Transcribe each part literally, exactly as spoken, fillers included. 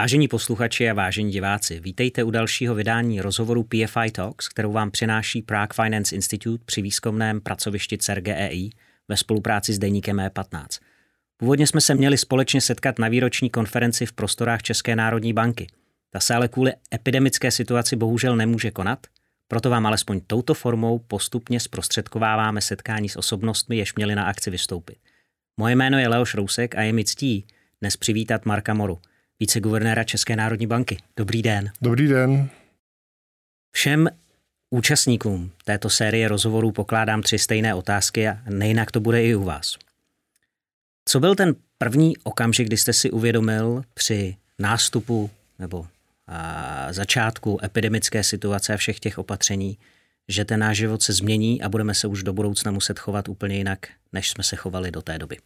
Vážení posluchači a vážení diváci, vítejte u dalšího vydání rozhovoru P F I Talks, kterou vám přináší Prague Finance Institute při výzkumném pracovišti C E R G E I ve spolupráci s deníkem E patnáct. Původně jsme se měli společně setkat na výroční konferenci v prostorách České národní banky. Ta se ale kvůli epidemické situaci bohužel nemůže konat, proto vám alespoň touto formou postupně zprostředkováváme setkání s osobnostmi, jež měli na akci vystoupit. Moje jméno je Leoš Rousek a je mi ctí dnes přivítat Marka Moru, viceguvernéra České národní banky. Dobrý den. Dobrý den. Všem účastníkům této série rozhovorů pokládám tři stejné otázky a nejinak to bude i u vás. Co byl ten první okamžik, kdy jste si uvědomil při nástupu nebo a, začátku epidemické situace a všech těch opatření, že ten náš život se změní a budeme se už do budoucna muset chovat úplně jinak, než jsme se chovali do té doby?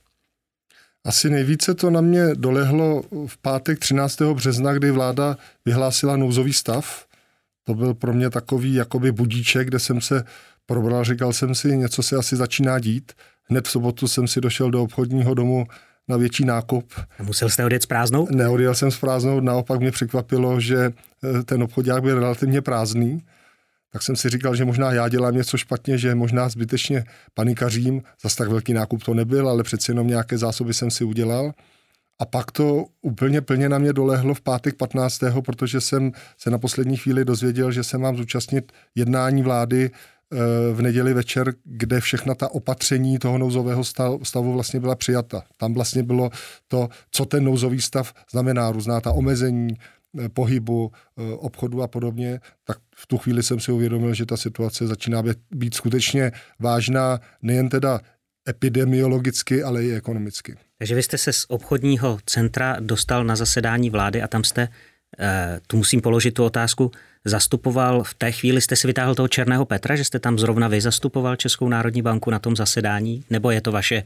Asi nejvíce to na mě dolehlo v pátek třináctého března, kdy vláda vyhlásila nouzový stav. To byl pro mě takový jakoby budíček, kde jsem se probral, říkal jsem si, něco se asi začíná dít. Hned v sobotu jsem si došel do obchodního domu na větší nákup. A musel jste odjet s prázdnou? Neodjel jsem s prázdnou, naopak mě překvapilo, že ten obchodák byl relativně prázdný. Tak jsem si říkal, že možná já dělám něco špatně, že možná zbytečně panikařím. Zas tak velký nákup to nebyl, ale přeci jenom nějaké zásoby jsem si udělal. A pak to úplně plně na mě dolehlo v pátek patnáctého protože jsem se na poslední chvíli dozvěděl, že se mám zúčastnit jednání vlády v neděli večer, kde všechna ta opatření toho nouzového stavu vlastně byla přijata. Tam vlastně bylo to, co ten nouzový stav znamená, různá ta omezení pohybu, obchodu a podobně, tak v tu chvíli jsem si uvědomil, že ta situace začíná být, být skutečně vážná, nejen teda epidemiologicky, ale i ekonomicky. Takže vy jste se z obchodního centra dostal na zasedání vlády a tam jste, eh, tu musím položit tu otázku, zastupoval, v té chvíli jste si vytáhl toho černého Petra, že jste tam zrovna vy zastupoval Českou národní banku na tom zasedání, nebo je to vaše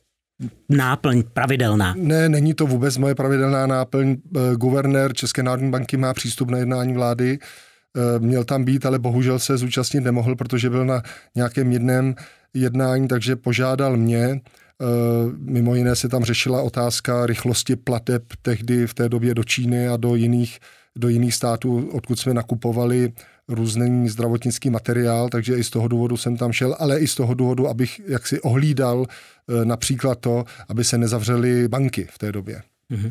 náplň pravidelná? Ne, není to vůbec moje pravidelná náplň. Guvernér České národní banky má přístup na jednání vlády. Měl tam být, ale bohužel se zúčastnit nemohl, protože byl na nějakém jedném jednání, takže požádal mě. Mimo jiné se tam řešila otázka rychlosti plateb tehdy v té době do Číny a do jiných, do jiných států, odkud jsme nakupovali různý zdravotnický materiál, takže i z toho důvodu jsem tam šel, ale i z toho důvodu, abych jaksi ohlídal například to, aby se nezavřely banky v té době. Mm-hmm.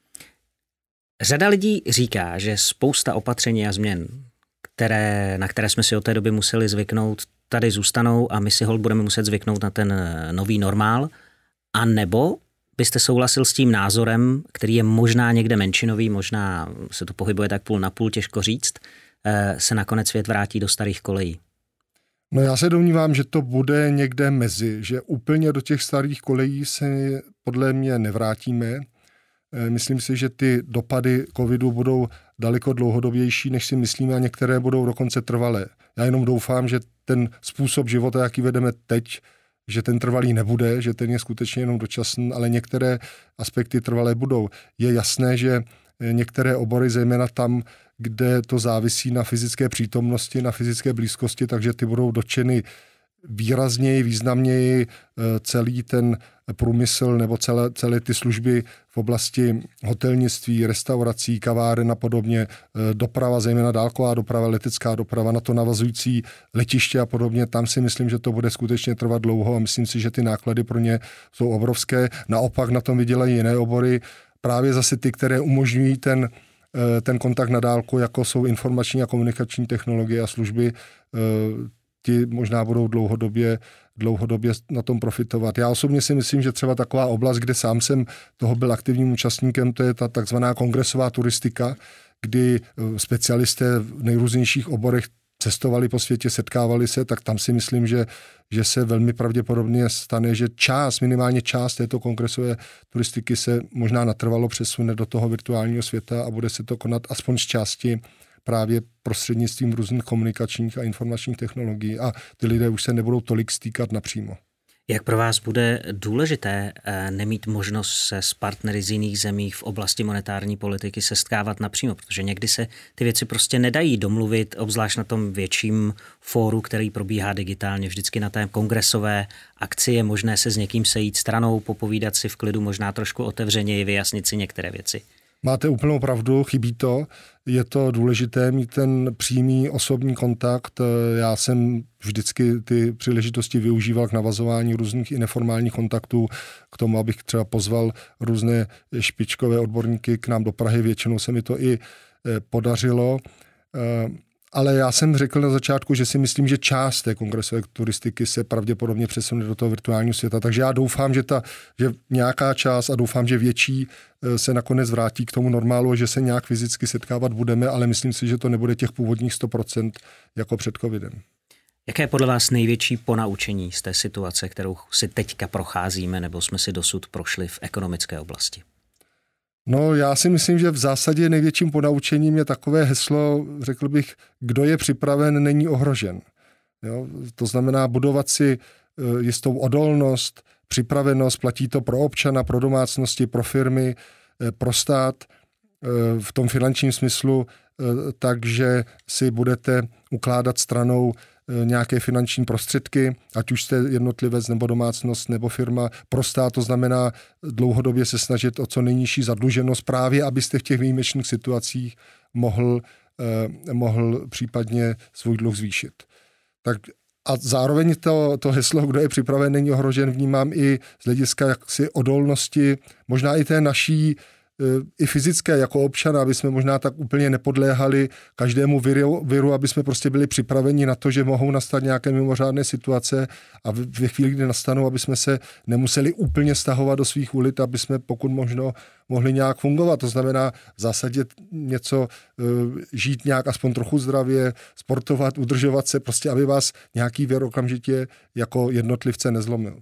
Řada lidí říká, že spousta opatření a změn, které, na které jsme si od té doby museli zvyknout, tady zůstanou a my si holt budeme muset zvyknout na ten nový normál, a nebo byste souhlasil s tím názorem, který je možná někde menšinový, možná se to pohybuje tak půl na půl, těžko říct, se nakonec svět vrátí do starých kolejí? No já se domnívám, že to bude někde mezi, že úplně do těch starých kolejí se podle mě nevrátíme. Myslím si, že ty dopady covidu budou daleko dlouhodobější, než si myslíme, a některé budou dokonce trvalé. Já jenom doufám, že ten způsob života, jaký vedeme teď, že ten trvalý nebude, že ten je skutečně jenom dočasný, ale některé aspekty trvalé budou. Je jasné, že některé obory, zejména tam, kde to závisí na fyzické přítomnosti, na fyzické blízkosti, takže ty budou dotčeny výrazněji, významněji. Celý ten průmysl nebo celé, celé ty služby v oblasti hotelnictví, restaurací, kaváren a podobně, doprava, zejména dálková doprava, letecká doprava, na to navazující letiště a podobně, tam si myslím, že to bude skutečně trvat dlouho a myslím si, že ty náklady pro ně jsou obrovské. Naopak na tom vydělají jiné obory, právě zase ty, které umožňují ten, ten kontakt na dálku, jako jsou informační a komunikační technologie a služby, ti možná budou dlouhodobě, dlouhodobě na tom profitovat. Já osobně si myslím, že třeba taková oblast, kde sám jsem toho byl aktivním účastníkem, to je ta takzvaná kongresová turistika, kdy specialisté v nejrůznějších oborech cestovali po světě, setkávali se, tak tam si myslím, že, že se velmi pravděpodobně stane, že část, minimálně část této kongresové turistiky se možná natrvalo přesune do toho virtuálního světa a bude se to konat aspoň z části právě prostřednictvím různých komunikačních a informačních technologií a ty lidé už se nebudou tolik stýkat napřímo. Jak pro vás bude důležité nemít možnost se s partnery z jiných zemí v oblasti monetární politiky setkávat napřímo, protože někdy se ty věci prostě nedají domluvit, obzvlášť na tom větším fóru, který probíhá digitálně. Vždycky na té kongresové akci je možné se s někým sejít stranou, popovídat si v klidu, možná trošku otevřeněji, vyjasnit si některé věci. Máte úplnou pravdu, chybí to. Je to důležité mít ten přímý osobní kontakt. Já jsem vždycky ty příležitosti využíval k navazování různých i neformálních kontaktů, k tomu, abych třeba pozval různé špičkové odborníky k nám do Prahy. Většinou se mi to i podařilo. Ale já jsem řekl na začátku, že si myslím, že část té kongresové turistiky se pravděpodobně přesune do toho virtuálního světa. Takže já doufám, že, ta, že nějaká část a doufám, že větší se nakonec vrátí k tomu normálu, že se nějak fyzicky setkávat budeme, ale myslím si, že to nebude těch původních sto procent jako před covidem. Jaké je podle vás největší ponaučení z té situace, kterou si teďka procházíme nebo jsme si dosud prošli v ekonomické oblasti? No, já si myslím, že v zásadě největším ponaučením je takové heslo, řekl bych, kdo je připraven, není ohrožen. Jo? To znamená budovat si jistou odolnost, připravenost, platí to pro občana, pro domácnosti, pro firmy, pro stát v tom finančním smyslu, takže si budete ukládat stranou nějaké finanční prostředky, ať už jste jednotlivec nebo domácnost nebo firma. Pro stát to znamená dlouhodobě se snažit o co nejnižší zadluženost právě, abyste v těch výjimečných situacích mohl, eh, mohl případně svůj dluh zvýšit. Tak a zároveň to, to heslo, kdo je připraven, není ohrožen, vnímám i z hlediska jaksi odolnosti, možná i té naší i fyzické jako občana, aby jsme možná tak úplně nepodléhali každému viru, viru, aby jsme prostě byli připraveni na to, že mohou nastat nějaké mimořádné situace a ve chvíli, kdy nastanou, aby jsme se nemuseli úplně stahovat do svých ulic, aby jsme pokud možno mohli nějak fungovat. To znamená v zásadě něco, žít nějak aspoň trochu zdravě, sportovat, udržovat se, prostě aby vás nějaký vir okamžitě jako jednotlivce nezlomil.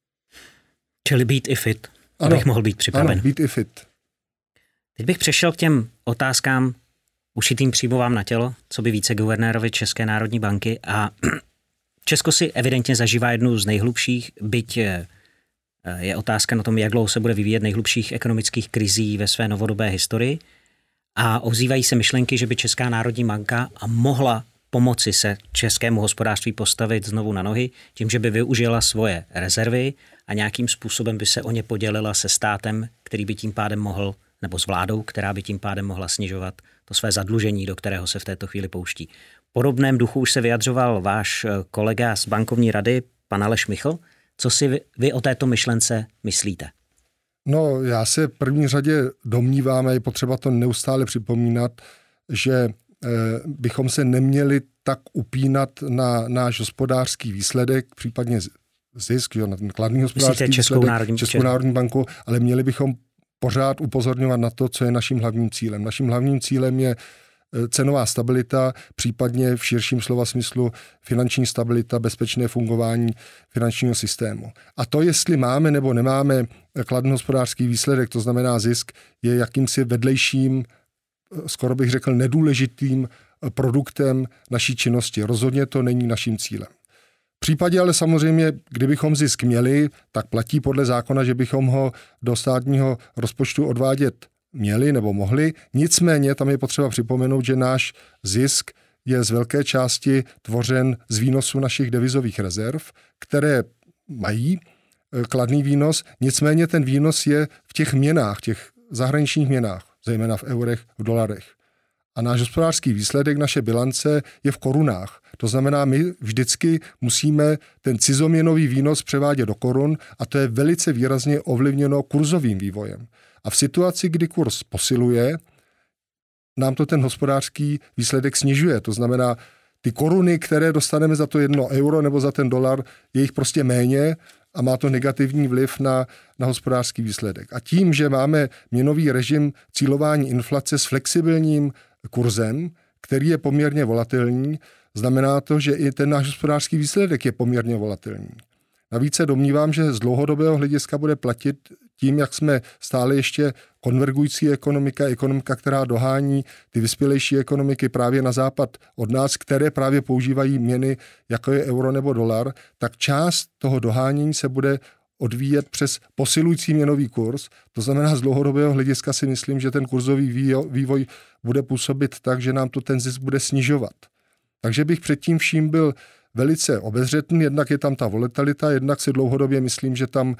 Čili být i fit, abych ano, mohl být připraven. Ano, být i fit. Teď bych přešel k těm otázkám ušitým přímo vám na tělo, co by viceguvernérovi České národní banky. A Česko si evidentně zažívá jednu z nejhlubších, byť je, je otázka na tom, jak dlouho se bude vyvíjet nejhlubších ekonomických krizí ve své novodobé historii. A ozývají se myšlenky, že by Česká národní banka mohla pomoci se českému hospodářství postavit znovu na nohy, tím, že by využila svoje rezervy a nějakým způsobem by se o ně podělila se státem, který by tím pádem mohl nebo s vládou, která by tím pádem mohla snižovat to své zadlužení, do kterého se v této chvíli pouští. V podobném duchu už se vyjadřoval váš kolega z bankovní rady, pan Aleš Michl. Co si vy, vy o této myšlence myslíte? No, já se v první řadě domnívám, a je potřeba to neustále připomínat, že eh, bychom se neměli tak upínat na náš hospodářský výsledek, případně zisk, jo, na ten kladný hospodářský Českou výsledek, národní, Českou národní banku, ale měli bychom pořád upozorňovat na to, co je naším hlavním cílem. Naším hlavním cílem je cenová stabilita, případně v širším slova smyslu finanční stabilita, bezpečné fungování finančního systému. A to, jestli máme nebo nemáme kladný hospodářský výsledek, to znamená zisk, je jakýmsi vedlejším, skoro bych řekl nedůležitým produktem naší činnosti. Rozhodně to není naším cílem. V případě ale samozřejmě, kdybychom zisk měli, tak platí podle zákona, že bychom ho do státního rozpočtu odvádět měli nebo mohli. Nicméně tam je potřeba připomenout, že náš zisk je z velké části tvořen z výnosu našich devizových rezerv, které mají kladný výnos, nicméně ten výnos je v těch měnách, těch zahraničních měnách, zejména v eurech, v dolarech. A náš hospodářský výsledek, naše bilance je v korunách. To znamená, my vždycky musíme ten cizoměnový výnos převádět do korun a to je velice výrazně ovlivněno kurzovým vývojem. A v situaci, kdy kurz posiluje, nám to ten hospodářský výsledek snižuje. To znamená, ty koruny, které dostaneme za to jedno euro nebo za ten dolar, je jich prostě méně a má to negativní vliv na, na hospodářský výsledek. A tím, že máme měnový režim cílování inflace s flexibilním kurzem, který je poměrně volatilní, znamená to, že i ten náš hospodářský výsledek je poměrně volatilní. Navíc se domnívám, že z dlouhodobého hlediska bude platit tím, jak jsme stále ještě konvergující ekonomika, ekonomika, která dohání ty vyspělejší ekonomiky právě na západ od nás, které právě používají měny, jako je euro nebo dolar, tak část toho dohánění se bude odvíjet přes posilující měnový kurz. To znamená, z dlouhodobého hlediska si myslím, že ten kurzový vývoj bude působit tak, že nám to ten zisk bude snižovat. Takže bych předtím vším byl velice obezřetný, jednak je tam ta volatilita, jednak si dlouhodobě myslím, že tam,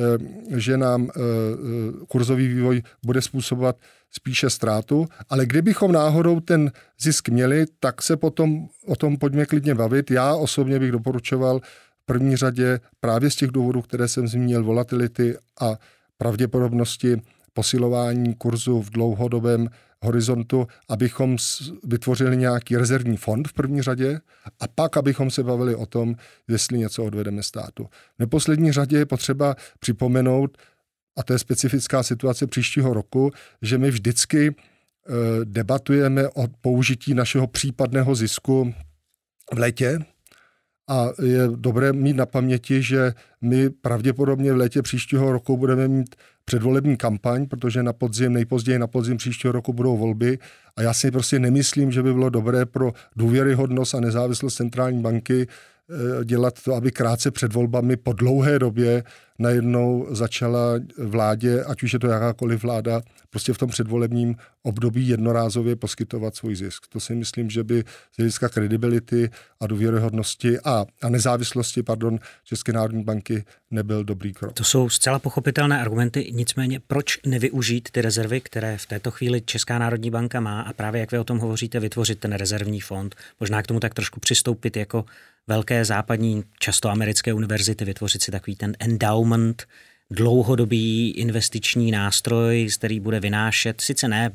že nám kurzový vývoj bude způsobovat spíše ztrátu, ale kdybychom náhodou ten zisk měli, tak se potom o tom pojďme klidně bavit. Já osobně bych doporučoval v první řadě právě z těch důvodů, které jsem zmínil, volatility a pravděpodobnosti posilování kurzu v dlouhodobém horizontu, abychom vytvořili nějaký rezervní fond v první řadě a pak, abychom se bavili o tom, jestli něco odvedeme státu. V neposlední řadě je potřeba připomenout, a to je specifická situace příštího roku, že my vždycky eh, debatujeme o použití našeho případného zisku v létě a je dobré mít na paměti, že my pravděpodobně v létě příštího roku budeme mít předvolební kampaň, protože na podzim, nejpozději na podzim příštího roku budou volby a já si prostě nemyslím, že by bylo dobré pro důvěryhodnost a nezávislost centrální banky dělat to, aby krátce před volbami po dlouhé době najednou začala vládě, ať už je to jakákoliv vláda, prostě v tom předvolebním období jednorázově poskytovat svůj zisk. To si myslím, že by z hlediska kredibility a důvěryhodnosti a, a nezávislosti pardon, České národní banky nebyl dobrý krok. To jsou zcela pochopitelné argumenty, nicméně proč nevyužít ty rezervy, které v této chvíli Česká národní banka má a právě jak vy o tom hovoříte, vytvořit ten rezervní fond, možná k tomu tak trošku přistoupit jako velké západní, často americké univerzity, vytvořit si takový ten endowment, dlouhodobý investiční nástroj, který bude vynášet, sice ne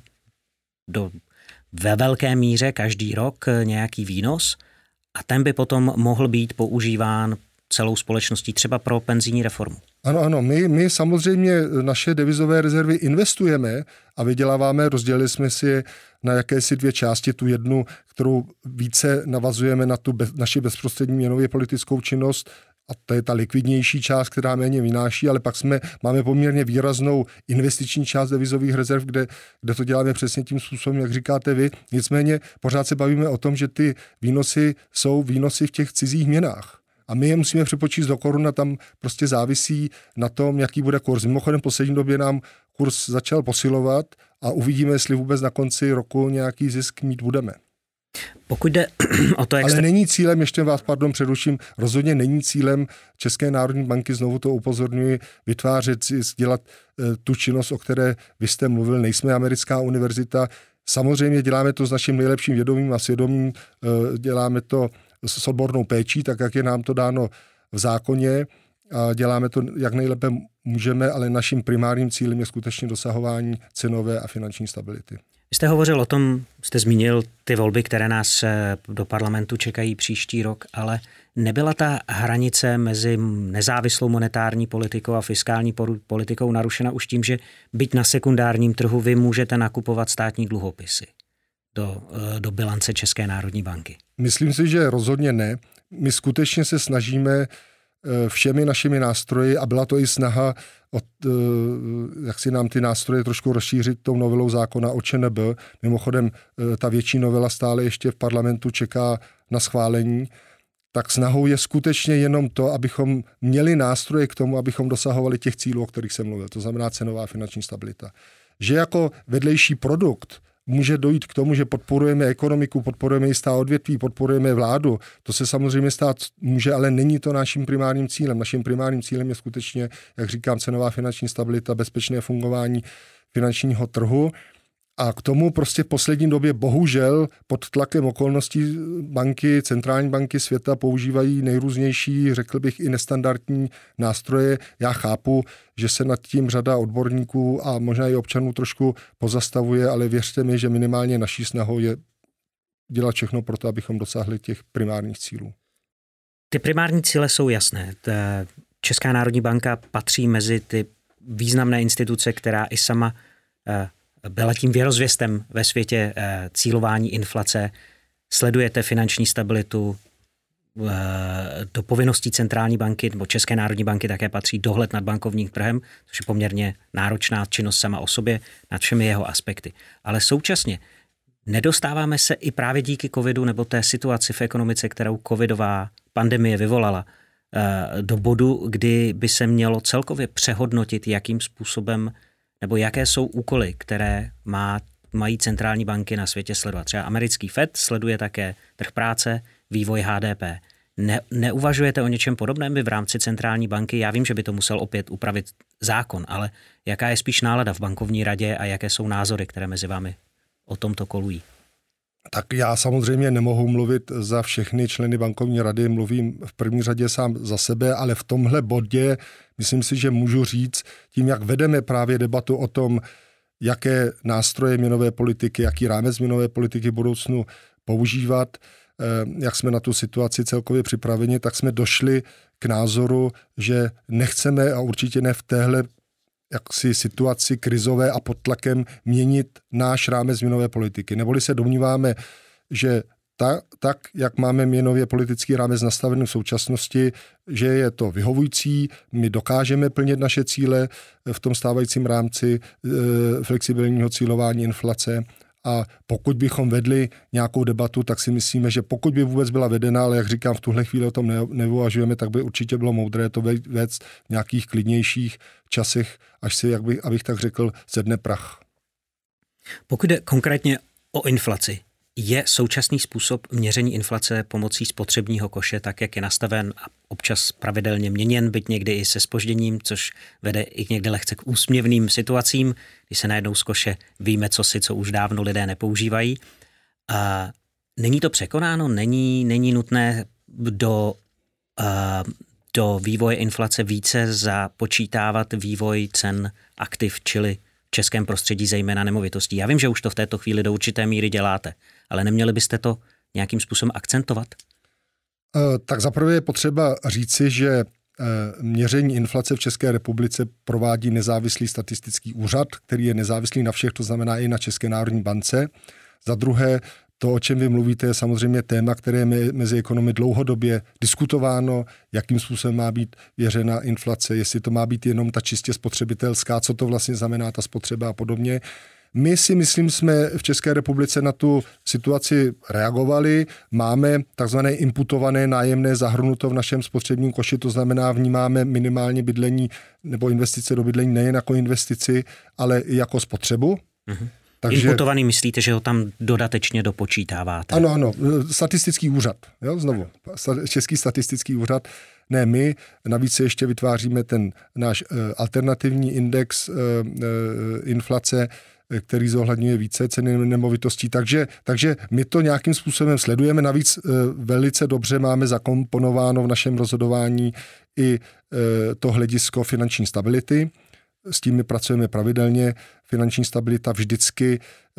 do, ve velké míře každý rok nějaký výnos a ten by potom mohl být používán celou společností třeba pro penzijní reformu. Ano, ano, my, my samozřejmě naše devizové rezervy investujeme a vyděláváme, rozdělili jsme si je na jakési dvě části, tu jednu, kterou více navazujeme na tu bez, naši bezprostřední měnově politickou činnost, a to je ta likvidnější část, která méně vynáší, ale pak jsme, máme poměrně výraznou investiční část devizových rezerv, kde, kde to děláme přesně tím způsobem, jak říkáte vy. Nicméně pořád se bavíme o tom, že ty výnosy jsou výnosy v těch cizích měnách. A my je musíme přepočíst do korun a tam prostě závisí na tom, jaký bude kurz. Mimochodem v poslední době nám kurz začal posilovat a uvidíme, jestli vůbec na konci roku nějaký zisk mít budeme. Pokud jde o to, jak Ale jste... není cílem, ještě vás pardon přeruším, rozhodně není cílem České národní banky, znovu to upozorňuji, vytvářet, dělat tu činnost, o které vy jste mluvil, nejsme americká univerzita. Samozřejmě děláme to s naším nejlepším vědomím a svědomím, děláme to s odbornou péčí, tak jak je nám to dáno v zákoně a děláme to, jak nejlépe můžeme, ale naším primárním cílem je skutečně dosahování cenové a finanční stability. Vy jste hovořil o tom, jste zmínil ty volby, které nás do parlamentu čekají příští rok, ale nebyla ta hranice mezi nezávislou monetární politikou a fiskální politikou narušena už tím, že byť na sekundárním trhu vy můžete nakupovat státní dluhopisy do, do bilance České národní banky? Myslím si, že rozhodně ne. My skutečně se snažíme všemi našimi nástroji a byla to i snaha, od, jak si nám ty nástroje trošku rozšířit tou novelou zákona o ČNB. Mimochodem ta větší novela stále ještě v parlamentu čeká na schválení. Tak snahou je skutečně jenom to, abychom měli nástroje k tomu, abychom dosahovali těch cílů, o kterých jsem mluvil. To znamená cenová finanční stabilita. Že jako vedlejší produkt může dojít k tomu, že podporujeme ekonomiku, podporujeme jistá odvětví, podporujeme vládu. To se samozřejmě stát může, ale není to naším primárním cílem. Naším primárním cílem je skutečně, jak říkám, cenová finanční stabilita, bezpečné fungování finančního trhu. A k tomu prostě v poslední době bohužel pod tlakem okolností banky, centrální banky světa používají nejrůznější, řekl bych, i nestandardní nástroje. Já chápu, že se nad tím řada odborníků a možná i občanů trošku pozastavuje, ale věřte mi, že minimálně naší snahou je dělat všechno pro to, abychom dosáhli těch primárních cílů. Ty primární cíle jsou jasné. Česká národní banka patří mezi ty významné instituce, která i sama byla tím věrozvěstem ve světě cílování inflace. Sledujete finanční stabilitu, do povinností centrální banky nebo České národní banky také patří dohled nad bankovním trhem, což je poměrně náročná činnost sama o sobě nad všemi jeho aspekty. Ale současně nedostáváme se i právě díky covidu nebo té situaci v ekonomice, kterou covidová pandemie vyvolala, do bodu, kdy by se mělo celkově přehodnotit, jakým způsobem nebo jaké jsou úkoly, které má, mají centrální banky na světě sledovat. Třeba americký Fed sleduje také trh práce, vývoj H D P. Ne, neuvažujete o něčem podobném by v rámci centrální banky? Já vím, že by to musel opět upravit zákon, ale jaká je spíš nálada v bankovní radě a jaké jsou názory, které mezi vámi o tomto kolují? Tak já samozřejmě nemohu mluvit za všechny členy bankovní rady, mluvím v první řadě sám za sebe, ale v tomhle bodě myslím si, že můžu říct, tím, jak vedeme právě debatu o tom, jaké nástroje měnové politiky, jaký rámec měnové politiky v budoucnu používat, jak jsme na tu situaci celkově připraveni, tak jsme došli k názoru, že nechceme a určitě ne v téhle jaksi situaci krizové a pod tlakem měnit náš rámec měnové politiky. Neboli se domníváme, že ta, tak, jak máme měnově politický rámec nastavený v současnosti, že je to vyhovující, my dokážeme plnit naše cíle v tom stávajícím rámci e, flexibilního cílování inflace. A pokud bychom vedli nějakou debatu, tak si myslíme, že pokud by vůbec byla vedena, ale jak říkám, v tuhle chvíli o tom ne, neuvažujeme, tak by určitě bylo moudré to vést v nějakých klidnějších časech, až si, jak bych, abych tak řekl, sedne prach. Pokud jde konkrétně o inflaci, je současný způsob měření inflace pomocí spotřebního koše, tak jak je nastaven a občas pravidelně měněn, byť někdy i se zpožděním, což vede i někdy lehce k úsměvným situacím, když se najednou z koše víme cosi, co už dávno lidé nepoužívají. A není to překonáno? Není, není nutné do, a, do vývoje inflace více započítávat vývoj cen aktiv, čili v českém prostředí zejména nemovitostí? Já vím, že už to v této chvíli do určité míry děláte, ale neměli byste to nějakým způsobem akcentovat? Tak zaprvé je potřeba říci, že měření inflace v České republice provádí nezávislý statistický úřad, který je nezávislý na všech, to znamená i na České národní bance. Za druhé, to, o čem vy mluvíte, je samozřejmě téma, které je mezi ekonomy dlouhodobě diskutováno, jakým způsobem má být věřena inflace, jestli to má být jenom ta čistě spotřebitelská, co to vlastně znamená ta spotřeba a podobně. My si myslím, jsme v České republice na tu situaci reagovali. Máme takzvané imputované nájemné zahrnuto v našem spotřebním koši, to znamená, vnímáme minimálně bydlení nebo investice do bydlení nejen jako investici, ale i jako spotřebu. Mhm. Takže, imputovaný myslíte, že ho tam dodatečně dopočítáváte? Ano, ano, statistický úřad, jo, znovu, Český statistický úřad, ne my, navíc ještě vytváříme ten náš uh, alternativní index uh, uh, inflace, který zohledňuje více ceny nemovitostí, takže, takže my to nějakým způsobem sledujeme, navíc uh, velice dobře máme zakomponováno v našem rozhodování i uh, to hledisko finanční stability. S tím my pracujeme pravidelně. Finanční stabilita vždycky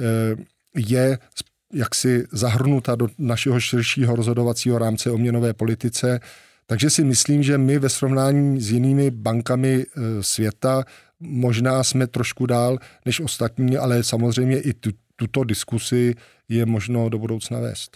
je jaksi zahrnuta do našeho širšího rozhodovacího rámce o měnové politice. Takže si myslím, že my ve srovnání s jinými bankami světa možná jsme trošku dál než ostatní, ale samozřejmě i tu, tuto diskusi je možno do budoucna vést.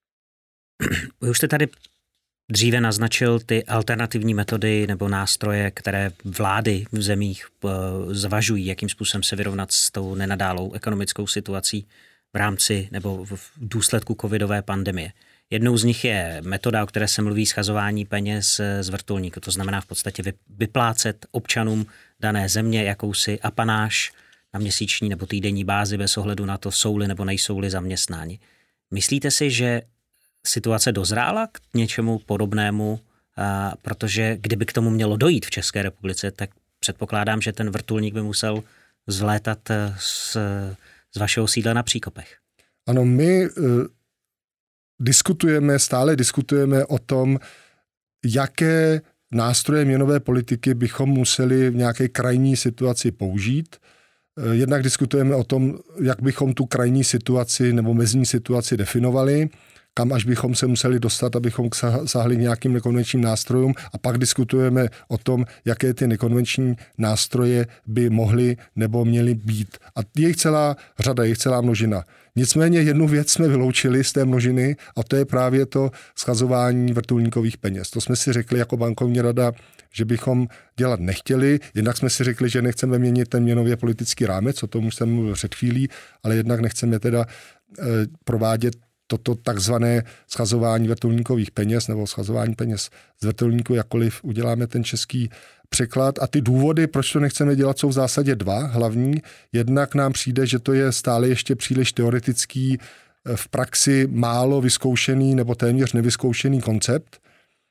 Vy už jste tady dříve naznačil ty alternativní metody nebo nástroje, které vlády v zemích zvažují, jakým způsobem se vyrovnat s tou nenadálou ekonomickou situací v rámci nebo v důsledku covidové pandemie. Jednou z nich je metoda, o které se mluví, schazování peněz z vrtulníku. To znamená v podstatě vyplácet občanům dané země jakousi apanáž na měsíční nebo týdenní bázi bez ohledu na to, jsou-li nebo nejsou-li zaměstnáni. Myslíte si, že situace dozrála k něčemu podobnému, a protože kdyby k tomu mělo dojít v České republice, tak předpokládám, že ten vrtulník by musel vzlétat z, z vašeho sídla na Příkopech. Ano, my uh, diskutujeme, stále diskutujeme o tom, jaké nástroje měnové politiky bychom museli v nějaké krajní situaci použít. Uh, jednak diskutujeme o tom, jak bychom tu krajní situaci nebo mezní situaci definovali, kam až bychom se museli dostat, abychom sáhli nějakým nekonvenčním nástrojům, a pak diskutujeme o tom, jaké ty nekonvenční nástroje by mohly nebo měly být. A je jich celá řada, je jich celá množina. Nicméně jednu věc jsme vyloučili z té množiny a to je právě to schazování vrtulníkových peněz. To jsme si řekli jako bankovní rada, že bychom dělat nechtěli. Jednak jsme si řekli, že nechceme měnit ten měnově politický rámec, o tom už jsem mluvil před chvílí, ale jednak nechceme teda eh, provádět toto takzvané schazování vrtulníkových peněz nebo schazování peněz z vrtulníku, jakkoliv uděláme ten český překlad. A ty důvody, proč to nechceme dělat, jsou v zásadě dva hlavní. Jednak nám přijde, že to je stále ještě příliš teoretický, v praxi málo vyzkoušený nebo téměř nevyzkoušený koncept.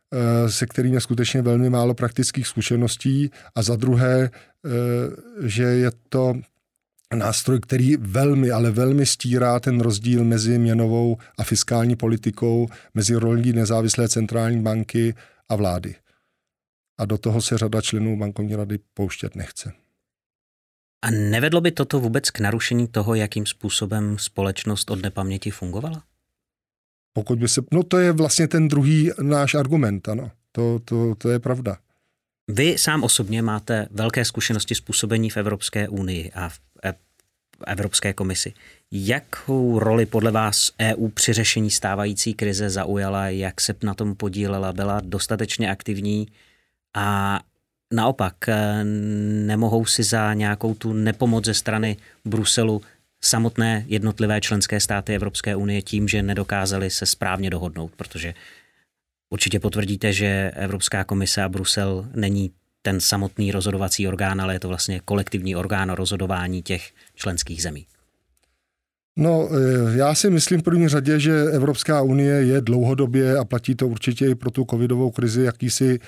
se kterým je skutečně velmi málo praktických zkušeností, a za druhé, že je to nástroj, který velmi, ale velmi stírá ten rozdíl mezi měnovou a fiskální politikou, mezi rolí nezávislé centrální banky a vlády. A do toho se řada členů bankovní rady pouštět nechce. A nevedlo by toto vůbec k narušení toho, jakým způsobem společnost od nepaměti fungovala? Pokud by se, no to je vlastně ten druhý náš argument, ano. To, to, to je pravda. Vy sám osobně máte velké zkušenosti z působení v Evropské unii a v Evropské komisi. Jakou roli podle vás E U při řešení stávající krize zaujala, jak se na tom podílela, byla dostatečně aktivní a naopak nemohou si za nějakou tu nepomoc ze strany Bruselu samotné jednotlivé členské státy Evropské unie tím, že nedokázali se správně dohodnout, protože určitě potvrdíte, že Evropská komise a Brusel není ten samotný rozhodovací orgán, ale je to vlastně kolektivní orgán rozhodování těch členských zemí. No, já si myslím v první řadě, že Evropská unie je dlouhodobě, a platí to určitě i pro tu covidovou krizi, jakýsi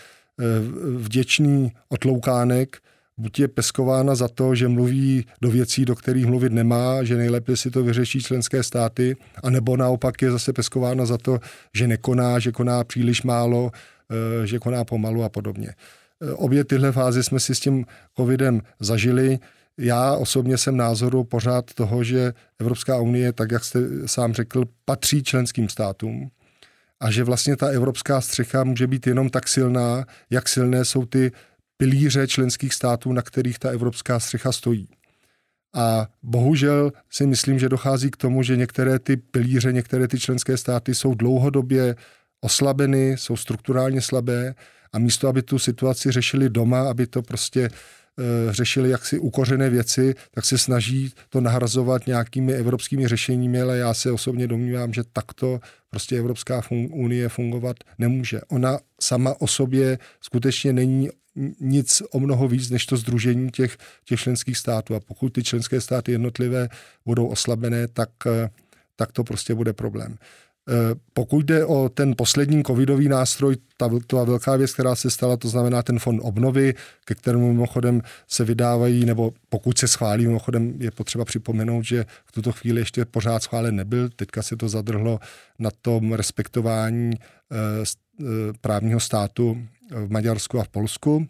vděčný otloukánek, buď je peskována za to, že mluví do věcí, do kterých mluvit nemá, že nejlépe si to vyřeší členské státy, anebo naopak je zase peskována za to, že nekoná, že koná příliš málo, že koná pomalu a podobně. Obě tyhle fáze jsme si s tím covidem zažili. Já osobně jsem názoru pořád toho, že Evropská unie, tak jak jste sám řekl, patří členským státům a že vlastně ta evropská střecha může být jenom tak silná, jak silné jsou ty pilíře členských států, na kterých ta evropská střecha stojí. A bohužel si myslím, že dochází k tomu, že některé ty pilíře, některé ty členské státy jsou dlouhodobě oslabeny, jsou strukturálně slabé a místo, aby tu situaci řešili doma, aby to prostě e, řešili jaksi ukořené věci, tak se snaží to nahrazovat nějakými evropskými řešeními, ale já se osobně domnívám, že takto prostě Evropská fun- unie fungovat nemůže. Ona sama o sobě skutečně není nic o mnoho víc, než to sdružení těch, těch členských států. A pokud ty členské státy jednotlivé budou oslabené, tak, tak to prostě bude problém. Pokud jde o ten poslední covidový nástroj, ta, ta velká věc, která se stala, to znamená ten fond obnovy, ke kterému mimochodem se vydávají, nebo pokud se schválí, mimochodem je potřeba připomenout, že v tuto chvíli ještě pořád schválen nebyl, teďka se to zadrhlo na tom respektování eh, právního státu v Maďarsku a v Polsku.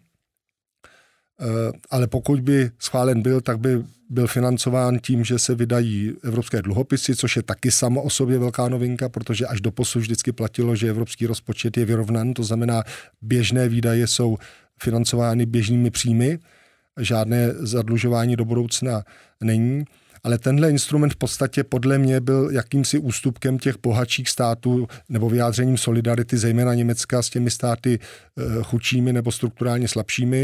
Ale pokud by schválen byl, tak by byl financován tím, že se vydají evropské dluhopisy, což je taky samo o sobě velká novinka, protože až doposud vždycky platilo, že evropský rozpočet je vyrovnan, to znamená, běžné výdaje jsou financovány běžnými příjmy, žádné zadlužování do budoucna není. Ale tenhle instrument v podstatě podle mě byl jakýmsi ústupkem těch bohatších států nebo vyjádřením solidarity, zejména Německa, s těmi státy chudšími nebo strukturálně slabšími.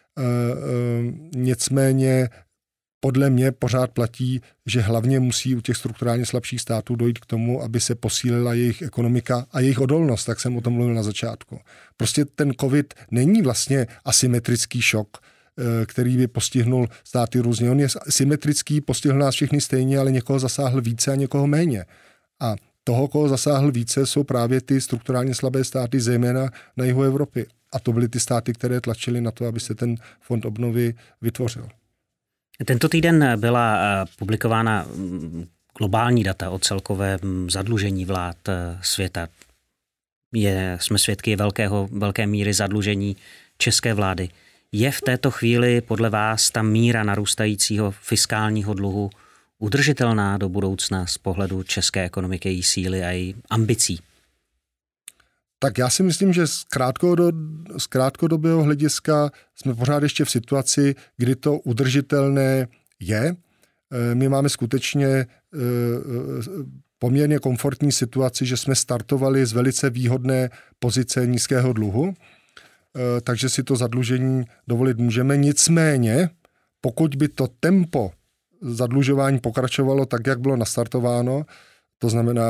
Nicméně podle mě pořád platí, že hlavně musí u těch strukturálně slabších států dojít k tomu, aby se posílila jejich ekonomika a jejich odolnost, tak jsem o tom mluvil na začátku. Prostě ten covid není vlastně asymetrický šok, který by postihnul státy různě. On je symetrický, postihl nás všechny stejně, ale někoho zasáhl více a někoho méně. A toho, koho zasáhl více, jsou právě ty strukturálně slabé státy, zejména na jihu Evropy. A to byly ty státy, které tlačily na to, aby se ten fond obnovy vytvořil. Tento týden byla publikována globální data o celkovém zadlužení vlád světa. Je, jsme svědky velkého, velké míry zadlužení české vlády. Je v této chvíli podle vás ta míra narůstajícího fiskálního dluhu udržitelná do budoucna z pohledu české ekonomiky, její síly a její ambicí? Tak já si myslím, že z, krátkodo, z krátkodobého hlediska jsme pořád ještě v situaci, kdy to udržitelné je. My máme skutečně poměrně komfortní situaci, že jsme startovali z velice výhodné pozice nízkého dluhu, takže si to zadlužení dovolit můžeme. Nicméně, pokud by to tempo zadlužování pokračovalo tak, jak bylo nastartováno, to znamená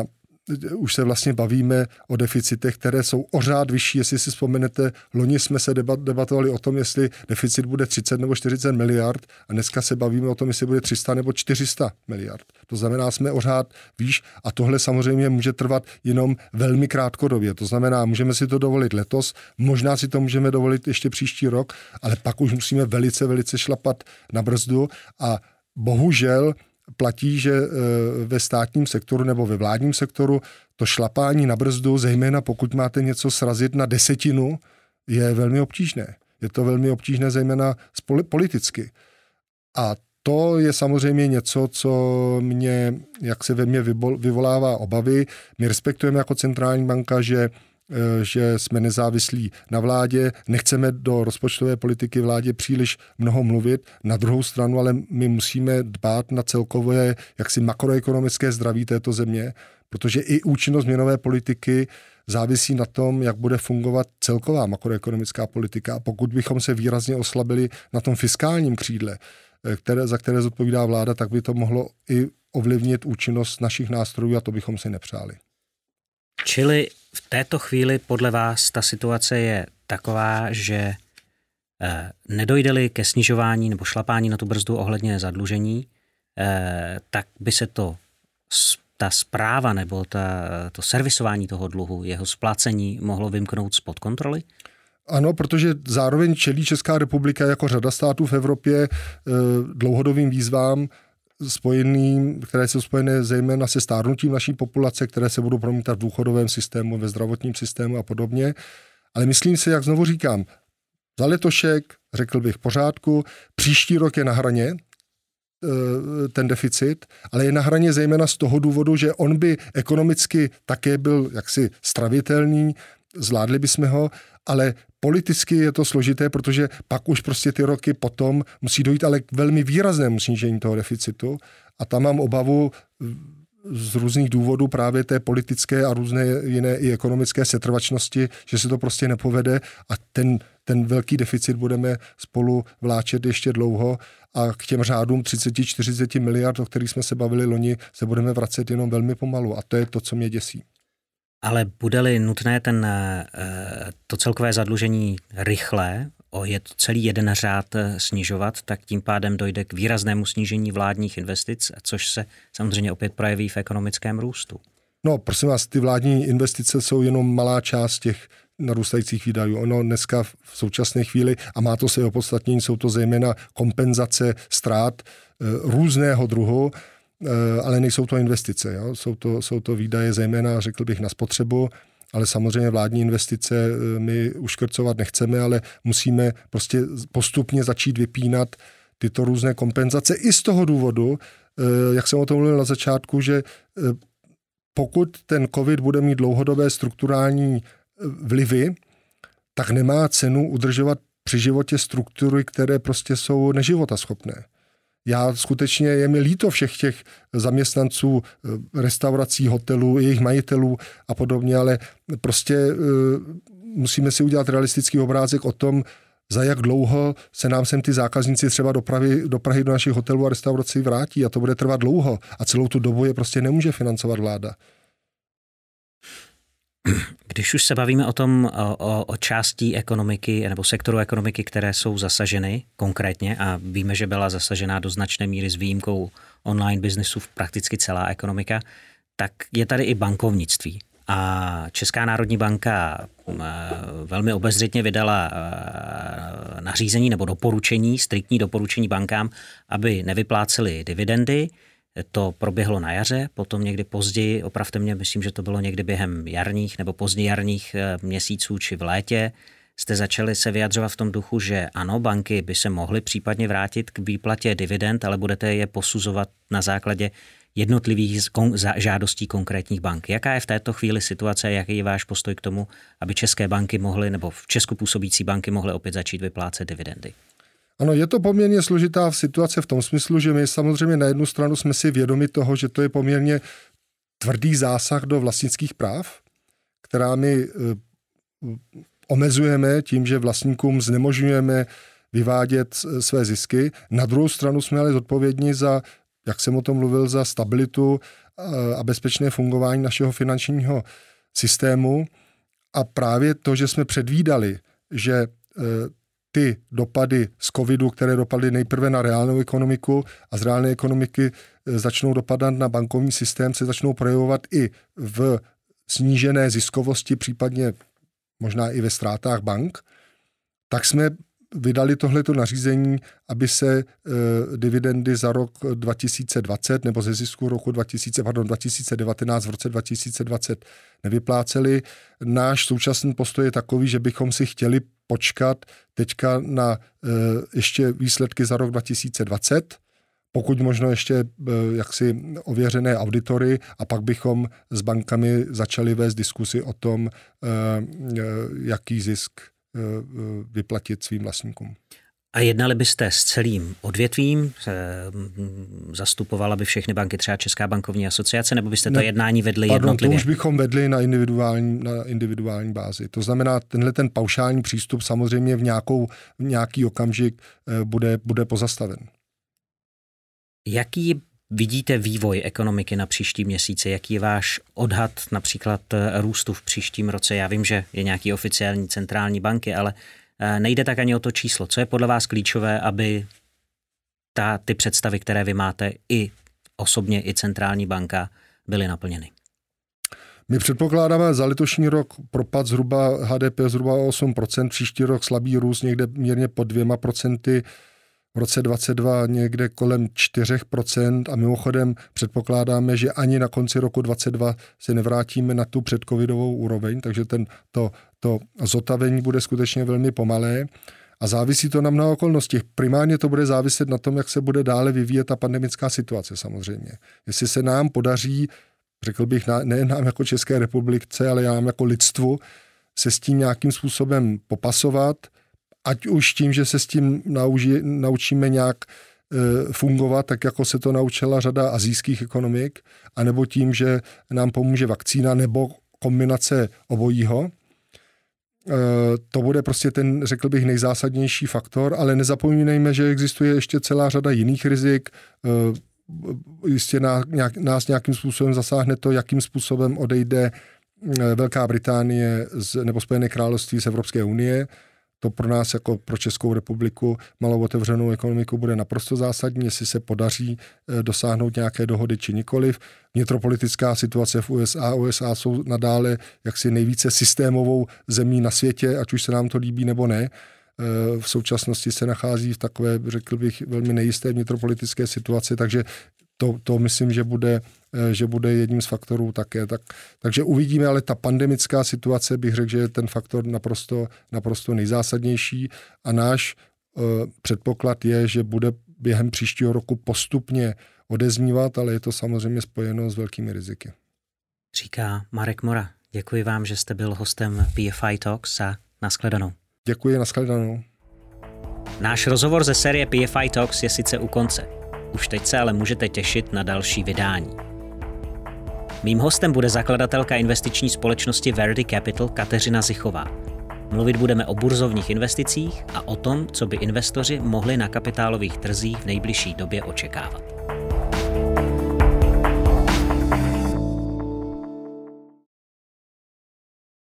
už se vlastně bavíme o deficitech, které jsou o řád vyšší. Jestli si vzpomenete, loni jsme se debatovali o tom, jestli deficit bude třicet nebo čtyřicet miliard a dneska se bavíme o tom, jestli bude tři sta nebo čtyři sta miliard. To znamená, jsme o řád výš a tohle samozřejmě může trvat jenom velmi krátkodobě. To znamená, můžeme si to dovolit letos, možná si to můžeme dovolit ještě příští rok, ale pak už musíme velice, velice šlapat na brzdu a bohužel platí, že ve státním sektoru nebo ve vládním sektoru to šlapání na brzdu, zejména pokud máte něco srazit na desetinu, je velmi obtížné. Je to velmi obtížné zejména politicky. A to je samozřejmě něco, co mě, jak se ve mně vyvolává obavy. My respektujeme jako centrální banka, že že jsme nezávislí na vládě, nechceme do rozpočtové politiky vládě příliš mnoho mluvit. Na druhou stranu, ale my musíme dbát na celkové jaksi makroekonomické zdraví této země, protože i účinnost měnové politiky závisí na tom, jak bude fungovat celková makroekonomická politika. A pokud bychom se výrazně oslabili na tom fiskálním křídle, které, za které zodpovídá vláda, tak by to mohlo i ovlivnit účinnost našich nástrojů a to bychom si nepřáli. Čili v této chvíli podle vás ta situace je taková, že eh, nedojde-li ke snižování nebo šlapání na tu brzdu ohledně zadlužení, eh, tak by se to, ta správa nebo ta, to servisování toho dluhu, jeho splácení mohlo vymknout spod kontroly? Ano, protože zároveň čelí Česká republika jako řada států v Evropě eh, dlouhodobým výzvám, spojený, které jsou spojené zejména se stárnutím naší populace, které se budou promítat v důchodovém systému, ve zdravotním systému a podobně. Ale myslím si, jak znovu říkám, za letošek, řekl bych, pořádku, příští rok je na hraně ten deficit, ale je na hraně zejména z toho důvodu, že on by ekonomicky také byl jaksi stravitelný, zvládli bychom ho, ale politicky je to složité, protože pak už prostě ty roky potom musí dojít ale k velmi výraznému snížení toho deficitu a tam mám obavu z různých důvodů právě té politické a různé jiné i ekonomické setrvačnosti, že se to prostě nepovede a ten, ten velký deficit budeme spolu vláčet ještě dlouho a k těm řádům třicet až čtyřicet miliard, o kterých jsme se bavili loni, se budeme vracet jenom velmi pomalu a to je to, co mě děsí. Ale bude-li nutné ten, to celkové zadlužení rychle, o je to celý jeden řád snižovat, tak tím pádem dojde k výraznému snížení vládních investic, což se samozřejmě opět projeví v ekonomickém růstu. No, prosím vás, ty vládní investice jsou jenom malá část těch narůstajících výdajů. Ono dneska v současné chvíli, a má to své opodstatnění, jsou to zejména kompenzace ztrát různého druhu, ale nejsou to investice. Jo? Jsou to, jsou to výdaje zejména, řekl bych, na spotřebu, ale samozřejmě vládní investice my uškrcovat nechceme, ale musíme prostě postupně začít vypínat tyto různé kompenzace i z toho důvodu, jak jsem o tom mluvil na začátku, že pokud ten covid bude mít dlouhodobé strukturální vlivy, tak nemá cenu udržovat při životě struktury, které prostě jsou neživotaschopné. Já skutečně, je mi líto všech těch zaměstnanců restaurací, hotelů, jejich majitelů a podobně, ale prostě uh, musíme si udělat realistický obrázek o tom, za jak dlouho se nám sem ty zákazníci třeba do Prahy, do Prahy do našich hotelů a restaurací vrátí a to bude trvat dlouho a celou tu dobu je prostě nemůže financovat vláda. Když už se bavíme o tom, o, o části ekonomiky nebo sektoru ekonomiky, které jsou zasaženy konkrétně a víme, že byla zasažená do značné míry s výjimkou online biznesu v prakticky celá ekonomika, tak je tady i bankovnictví. A Česká národní banka velmi obezřetně vydala nařízení nebo doporučení, striktní doporučení bankám, aby nevyplácely dividendy. To proběhlo na jaře, potom někdy později, opravte mě, myslím, že to bylo někdy během jarních nebo pozdnějarních měsíců či v létě, jste začali se vyjadřovat v tom duchu, že ano, banky by se mohly případně vrátit k výplatě dividend, ale budete je posuzovat na základě jednotlivých žádostí konkrétních bank. Jaká je v této chvíli situace, jaký je váš postoj k tomu, aby české banky mohly nebo v Česku působící banky mohly opět začít vyplácet dividendy? Ano, je to poměrně složitá situace v tom smyslu, že my samozřejmě na jednu stranu jsme si vědomi toho, že to je poměrně tvrdý zásah do vlastnických práv, která my omezujeme tím, že vlastníkům znemožňujeme vyvádět své zisky. Na druhou stranu jsme ale zodpovědní za, jak jsem o tom mluvil, za stabilitu a bezpečné fungování našeho finančního systému. A právě to, že jsme předvídali, že ty dopady z covidu, které dopadly nejprve na reálnou ekonomiku a z reálné ekonomiky začnou dopadat na bankovní systém, se začnou projevovat i v snížené ziskovosti, případně možná i ve ztrátách bank, tak jsme vydali tohleto nařízení, aby se e, dividendy za rok dva tisíce dvacet nebo ze zisku roku dva tisíce, pardon, dva tisíce devatenáct v roce dva tisíce dvacet nevyplácely. Náš současný postoj je takový, že bychom si chtěli počkat teďka na e, ještě výsledky za rok dva tisíce dvacet, pokud možno ještě e, jaksi ověřené auditory, a pak bychom s bankami začali vést diskusi o tom, e, e, jaký zisk vyplatit svým vlastníkům. A jednali byste s celým odvětvím? Zastupovala by všechny banky, třeba Česká bankovní asociace, nebo byste to ne, jednání vedli pardon, jednotlivě? To už bychom vedli na individuální, na individuální bázi. To znamená, tenhle ten paušální přístup samozřejmě v, nějakou, v nějaký okamžik bude, bude pozastaven. Jaký vidíte vývoj ekonomiky na příští měsíce? Jaký je váš odhad například růstu v příštím roce? Já vím, že je nějaký oficiální centrální banky, ale nejde tak ani o to číslo. Co je podle vás klíčové, aby ta, ty představy, které vy máte, i osobně, i centrální banka, byly naplněny? My předpokládáme za letošní rok propad zhruba H D P zhruba o osm procent, příští rok slabý růst někde mírně pod dvěma procenty, v roce dvacet dva někde kolem čtyři procenta a mimochodem předpokládáme, že ani na konci roku dvacet dva se nevrátíme na tu předcovidovou úroveň, takže ten, to, to zotavení bude skutečně velmi pomalé a závisí to na mnoha okolnostech. Primárně to bude záviset na tom, jak se bude dále vyvíjet ta pandemická situace samozřejmě. Jestli se nám podaří, řekl bych, nejen nám jako České republice, ale nám jako lidstvu, se s tím nějakým způsobem popasovat, ať už tím, že se s tím nauži, naučíme nějak e, fungovat, tak jako se to naučila řada asijských ekonomik, anebo tím, že nám pomůže vakcína nebo kombinace obojího. E, to bude prostě ten, řekl bych, nejzásadnější faktor, ale nezapomínejme, že existuje ještě celá řada jiných rizik. E, jistě nás, nějak, nás nějakým způsobem zasáhne to, jakým způsobem odejde Velká Británie z, nebo Spojené království z Evropské unie. To pro nás jako pro Českou republiku malou otevřenou ekonomiku bude naprosto zásadní, jestli se podaří dosáhnout nějaké dohody či nikoliv. Vnitropolitická situace v U S A. U S A jsou nadále jaksi nejvíce systémovou zemí na světě, ať už se nám to líbí nebo ne. V současnosti se nachází v takové, řekl bych, velmi nejisté vnitropolitické situaci, takže to, to myslím, že bude, že bude jedním z faktorů také. Tak, takže uvidíme, ale ta pandemická situace bych řekl, že je ten faktor naprosto, naprosto nejzásadnější a náš uh, předpoklad je, že bude během příštího roku postupně odeznívat, ale je to samozřejmě spojeno s velkými riziky. Říká Marek Mora. Děkuji vám, že jste byl hostem P F I Talks a nashledanou. Děkuji, nashledanou. Náš rozhovor ze série P F I Talks je sice u konce. Už teď se ale můžete těšit na další vydání. Mým hostem bude zakladatelka investiční společnosti Verdi Capital Kateřina Zichová. Mluvit budeme o burzovních investicích a o tom, co by investoři mohli na kapitálových trzích v nejbližší době očekávat.